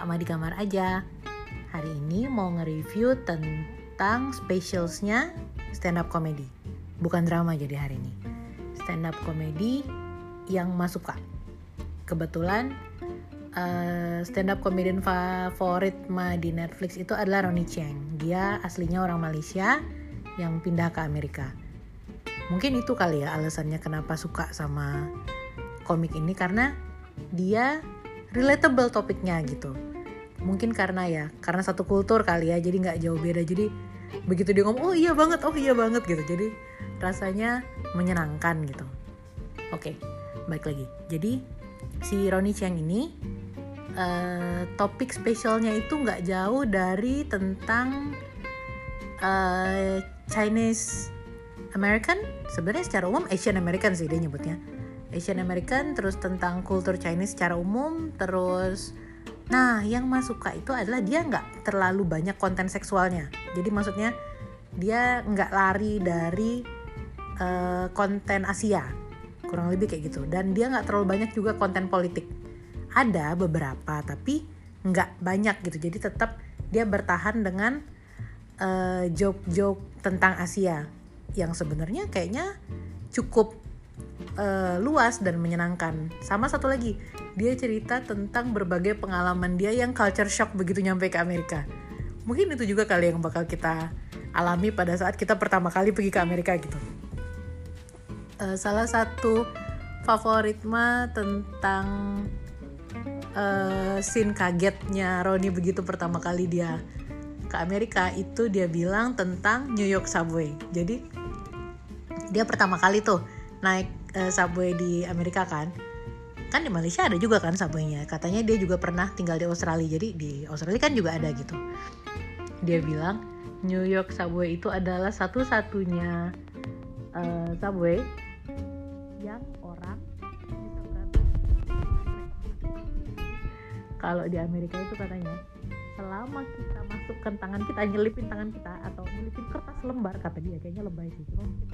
Mama di Kamar aja. Hari ini mau nge-review tentang specialsnya stand up comedy. Bukan drama jadi hari ini. Stand up comedy yang Mas suka. Kebetulan stand up comedian favorit Ma di Netflix itu adalah Ronny Chieng. Dia aslinya orang Malaysia yang pindah ke Amerika. Mungkin itu kali ya alasannya kenapa suka sama komik ini, karena dia relatable topiknya gitu. Mungkin karena satu kultur kali ya, jadi nggak jauh beda. Jadi begitu dia ngomong, oh iya banget gitu. Jadi rasanya menyenangkan gitu. Oke, balik lagi. Jadi si Ronny Chieng ini topik spesialnya itu nggak jauh dari tentang Chinese American, sebenarnya secara umum Asian American sih dia nyebutnya. Asian American, terus tentang kultur Chinese secara umum, terus nah yang Mas suka itu adalah dia nggak terlalu banyak konten seksualnya. Jadi maksudnya dia nggak lari dari konten Asia, kurang lebih kayak gitu. Dan dia nggak terlalu banyak juga konten politik. Ada beberapa tapi nggak banyak gitu. Jadi tetap dia bertahan dengan joke-joke tentang Asia yang sebenarnya kayaknya cukup luas dan menyenangkan. Sama satu lagi, dia cerita tentang berbagai pengalaman dia yang culture shock begitu nyampe ke Amerika. Mungkin itu juga kali yang bakal kita alami pada saat kita pertama kali pergi ke Amerika gitu. Salah satu favorit mah tentang scene kagetnya Ronny begitu pertama kali dia ke Amerika, itu dia bilang tentang New York Subway. Jadi dia pertama kali tuh naik subway di Amerika kan di Malaysia ada juga kan subway-nya. Katanya dia juga pernah tinggal di Australia, jadi di Australia kan juga ada gitu. Dia bilang New York Subway itu adalah satu-satunya subway yang orang bisa berantem. Kalau di Amerika itu katanya selama kita masukkan tangan kita, nyelipin tangan kita atau nyelipin kertas lembar, kata dia, kayaknya lebay sih, cuma mungkin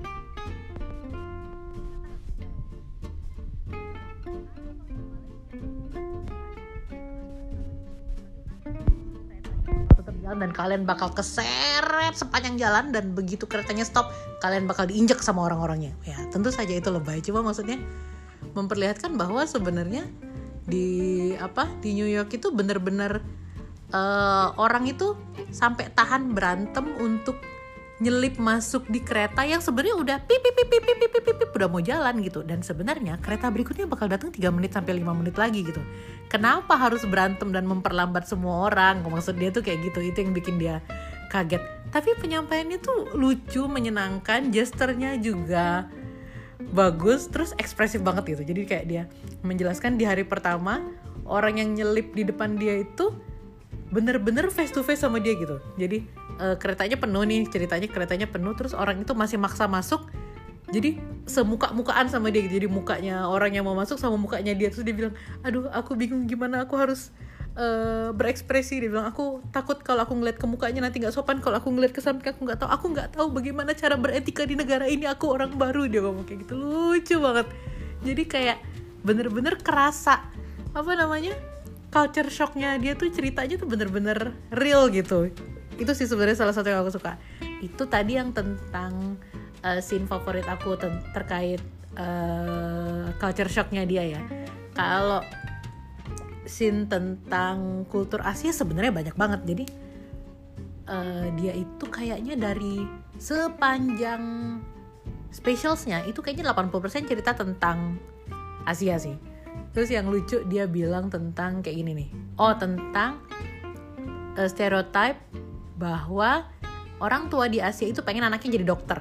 tetap jalan dan kalian bakal keseret sepanjang jalan, dan begitu keretanya stop kalian bakal diinjek sama orang-orangnya. Ya tentu saja itu lebay, cuma maksudnya memperlihatkan bahwa sebenarnya di New York itu benar-benar orang itu sampai tahan berantem untuk nyelip masuk di kereta yang sebenarnya udah pip udah mau jalan gitu, dan sebenarnya kereta berikutnya bakal datang 3 menit sampai 5 menit lagi gitu. Kenapa harus berantem dan memperlambat semua orang? Maksud dia tuh kayak gitu, itu yang bikin dia kaget. Tapi penyampaiannya tuh lucu, menyenangkan, gesturnya juga bagus, terus ekspresif banget gitu. Jadi kayak dia menjelaskan di hari pertama orang yang nyelip di depan dia itu bener-bener face to face sama dia gitu. Jadi keretanya penuh nih, ceritanya keretanya penuh, terus orang itu masih maksa masuk. Jadi semuka-mukaan sama dia gitu. Jadi mukanya orang yang mau masuk sama mukanya dia. Terus dia bilang, aduh aku bingung gimana aku harus berekspresi. Dia bilang, aku takut kalau aku ngeliat ke mukanya nanti gak sopan. Kalau aku ngeliat ke samping aku gak tahu bagaimana cara beretika di negara ini. Aku orang baru, dia ngomong kayak gitu. Lucu banget. Jadi kayak bener-bener kerasa culture shocknya dia tuh, ceritanya tuh bener-bener real gitu. Itu sih sebenarnya salah satu yang aku suka. Itu tadi yang tentang scene favorit aku terkait culture shocknya dia ya. Kalau scene tentang kultur Asia sebenarnya banyak banget. Jadi dia itu kayaknya dari sepanjang specialsnya itu kayaknya 80% cerita tentang Asia sih. Terus yang lucu dia bilang tentang kayak gini nih. Tentang stereotype bahwa orang tua di Asia itu pengen anaknya jadi dokter.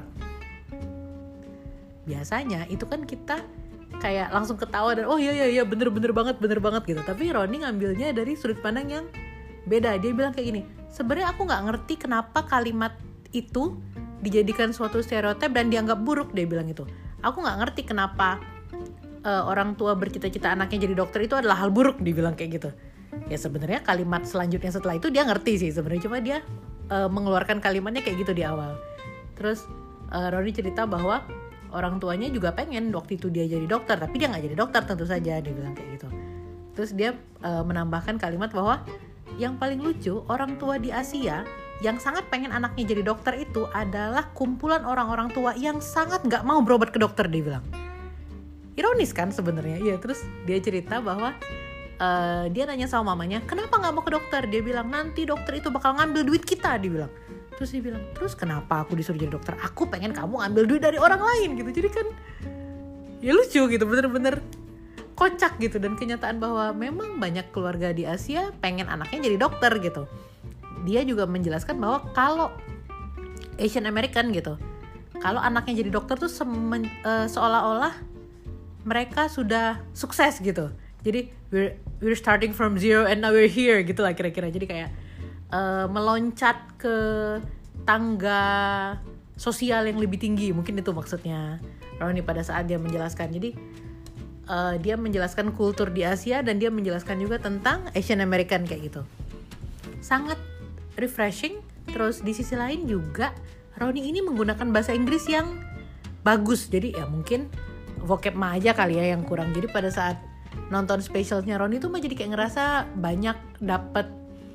Biasanya itu kan kita kayak langsung ketawa dan iya bener banget gitu. Tapi Ronny ngambilnya dari sudut pandang yang beda. Dia bilang kayak gini, sebenarnya aku nggak ngerti kenapa kalimat itu dijadikan suatu stereotip dan dianggap buruk. Dia bilang itu, aku nggak ngerti kenapa orang tua bercita-cita anaknya jadi dokter itu adalah hal buruk. Dia bilang kayak gitu. Ya sebenarnya kalimat selanjutnya setelah itu dia ngerti sih sebenarnya, cuma dia mengeluarkan kalimatnya kayak gitu di awal. Terus Ronny cerita bahwa orang tuanya juga pengen waktu itu dia jadi dokter, tapi dia nggak jadi dokter tentu saja, dia bilang kayak gitu. Terus dia menambahkan kalimat bahwa yang paling lucu, orang tua di Asia yang sangat pengen anaknya jadi dokter itu adalah kumpulan orang-orang tua yang sangat gak mau berobat ke dokter, dia bilang. Ironis kan sebenarnya. Iya, terus dia cerita bahwa dia nanya sama mamanya, kenapa gak mau ke dokter? Dia bilang, nanti dokter itu bakal ngambil duit kita, dia bilang. Terus dia bilang, terus kenapa aku disuruh jadi dokter? Aku pengen kamu ambil duit dari orang lain gitu. Jadi kan ya lucu gitu, bener-bener kocak gitu. Dan kenyataan bahwa memang banyak keluarga di Asia pengen anaknya jadi dokter gitu. Dia juga menjelaskan bahwa kalau Asian American gitu, kalau anaknya jadi dokter tuh seolah-olah mereka sudah sukses gitu. Jadi we're starting from zero and now we're here gitu lah kira-kira. Jadi kayak meloncat ke tangga sosial yang lebih tinggi, mungkin itu maksudnya Ronnie pada saat dia menjelaskan. Jadi dia menjelaskan kultur di Asia dan dia menjelaskan juga tentang Asian American kayak gitu. Sangat refreshing. Terus di sisi lain juga Ronnie ini menggunakan bahasa Inggris yang bagus. Jadi ya mungkin vocab mah aja kali ya yang kurang. Jadi pada saat nonton specialnya Ronnie tuh mah jadi kayak ngerasa banyak dapet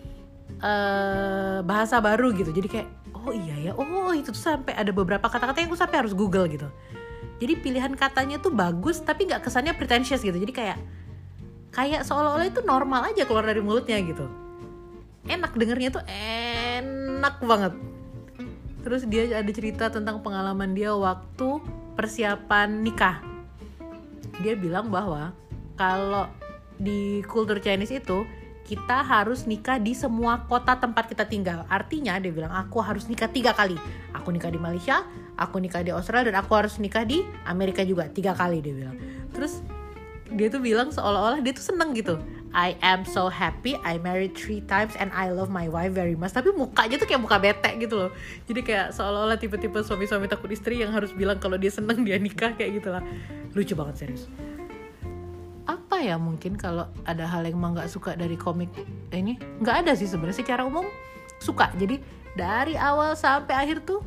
bahasa baru gitu. Jadi kayak oh iya ya, oh itu tuh sampai ada beberapa kata-kata yang aku sampai harus Google gitu. Jadi pilihan katanya tuh bagus tapi gak kesannya pretentious gitu. Jadi kayak seolah-olah itu normal aja keluar dari mulutnya gitu. Enak dengernya tuh, enak banget. Terus dia ada cerita tentang pengalaman dia waktu persiapan nikah. Dia bilang bahwa kalau di kultur Chinese itu kita harus nikah di semua kota tempat kita tinggal. Artinya dia bilang aku harus nikah 3 kali. Aku nikah di Malaysia, aku nikah di Australia, dan aku harus nikah di Amerika juga 3 kali, dia bilang. Terus dia tuh bilang seolah-olah dia tuh seneng gitu. I am so happy I married 3 times and I love my wife very much. Tapi mukanya tuh kayak muka bete gitu loh. Jadi kayak seolah-olah tipe-tipe suami-suami takut istri yang harus bilang kalau dia seneng dia nikah kayak gitulah. Lucu banget serius. Apa ya, mungkin kalau ada hal yang emang gak suka dari komik ini? Gak ada sih sebenarnya, secara umum suka. Jadi dari awal sampai akhir tuh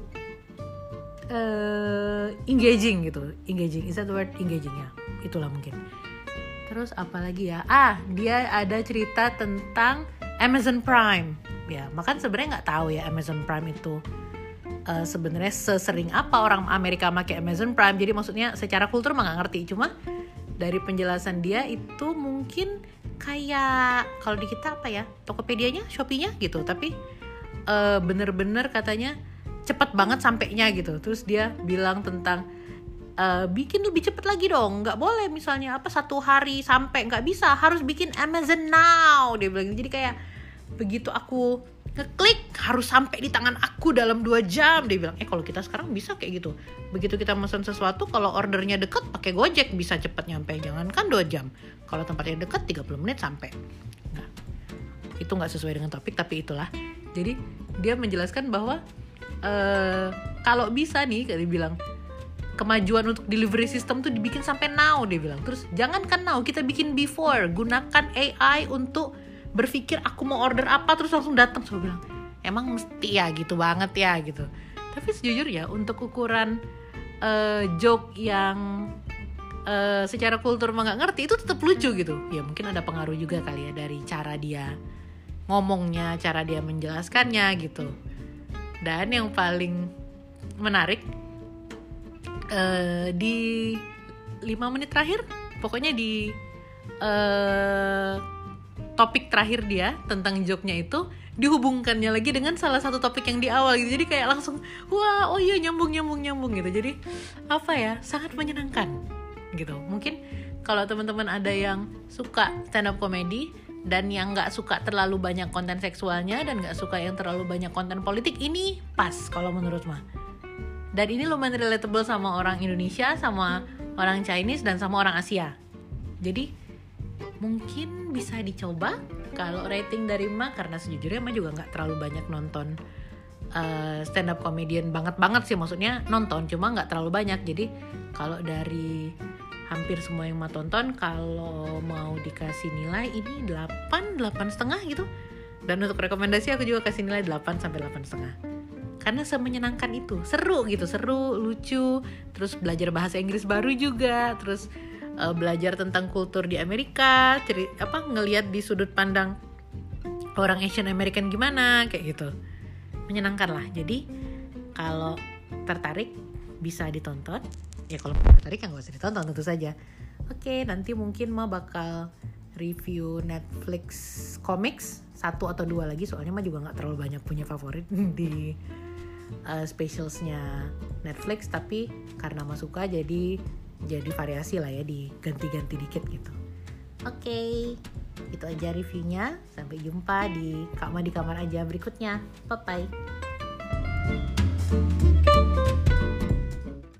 engaging gitu. Engaging, is that the word? Engaging ya, itulah mungkin. Terus apa lagi ya? Dia ada cerita tentang Amazon Prime. Ya, makan sebenarnya nggak tahu ya Amazon Prime itu sebenarnya sesering apa orang Amerika pakai Amazon Prime. Jadi maksudnya secara kultur mah nggak ngerti. Cuma dari penjelasan dia itu mungkin kayak kalau di kita apa ya, Tokopedia-nya, Shopee-nya gitu. Tapi bener-bener katanya cepat banget sampainya gitu. Terus dia bilang tentang bikin lebih cepet lagi dong, nggak boleh misalnya 1 hari sampai, nggak bisa, harus bikin Amazon now, dia bilang. Jadi kayak begitu aku ngeklik harus sampai di tangan aku dalam 2 jam, dia bilang. Kalau kita sekarang bisa kayak gitu, begitu kita pesan sesuatu, kalau ordernya deket pakai Gojek bisa cepet nyampe, jangankan 2 jam, kalau tempatnya deket 30 menit sampai. Nah, itu nggak sesuai dengan topik tapi itulah. Jadi dia menjelaskan bahwa kalau bisa nih, kayak dia bilang, kemajuan untuk delivery system tuh dibikin sampai now, dia bilang. Terus jangankan now, kita bikin before, gunakan AI untuk berpikir aku mau order apa terus langsung datang. So bilang emang mesti ya gitu banget ya gitu. Tapi sejujurnya untuk ukuran joke yang secara kultur mah nggak ngerti, itu tetap lucu gitu. Ya mungkin ada pengaruh juga kali ya dari cara dia ngomongnya, cara dia menjelaskannya gitu. Dan yang paling menarik, di 5 menit terakhir, pokoknya di topik terakhir dia tentang joke-nya itu dihubungkannya lagi dengan salah satu topik yang di awal gitu. Jadi kayak langsung wah, oh iya nyambung gitu. Jadi apa ya, sangat menyenangkan gitu. Mungkin kalau teman-teman ada yang suka stand up comedy dan yang nggak suka terlalu banyak konten seksualnya dan nggak suka yang terlalu banyak konten politik, ini pas kalau menurut mah. Dan ini lumayan relatable sama orang Indonesia, sama orang Chinese, dan sama orang Asia. Jadi mungkin bisa dicoba kalau rating dari Ma, karena sejujurnya Ma juga gak terlalu banyak nonton stand up comedian banget sih. Maksudnya nonton, cuma gak terlalu banyak. Jadi kalau dari hampir semua yang Ma tonton, kalau mau dikasih nilai ini 8,5 gitu. Dan untuk rekomendasi aku juga kasih nilai 8 sampai 8,5. Karena semenyenangkan itu, seru gitu, seru, lucu, terus belajar bahasa Inggris baru juga, terus belajar tentang kultur di Amerika, ngelihat di sudut pandang orang Asian American gimana, kayak gitu. Menyenangkan lah. Jadi kalau tertarik bisa ditonton. Ya kalau tertarik ya nggak usah ditonton tentu saja. Oke, nanti mungkin mah bakal review Netflix comics 1 atau 2 lagi, soalnya mah juga nggak terlalu banyak punya favorit di specialsnya Netflix, tapi karena mah suka jadi variasi lah ya, diganti-ganti dikit gitu. Oke, itu aja reviewnya. Sampai jumpa di Kak Ma di Kamar Aja berikutnya. Bye bye.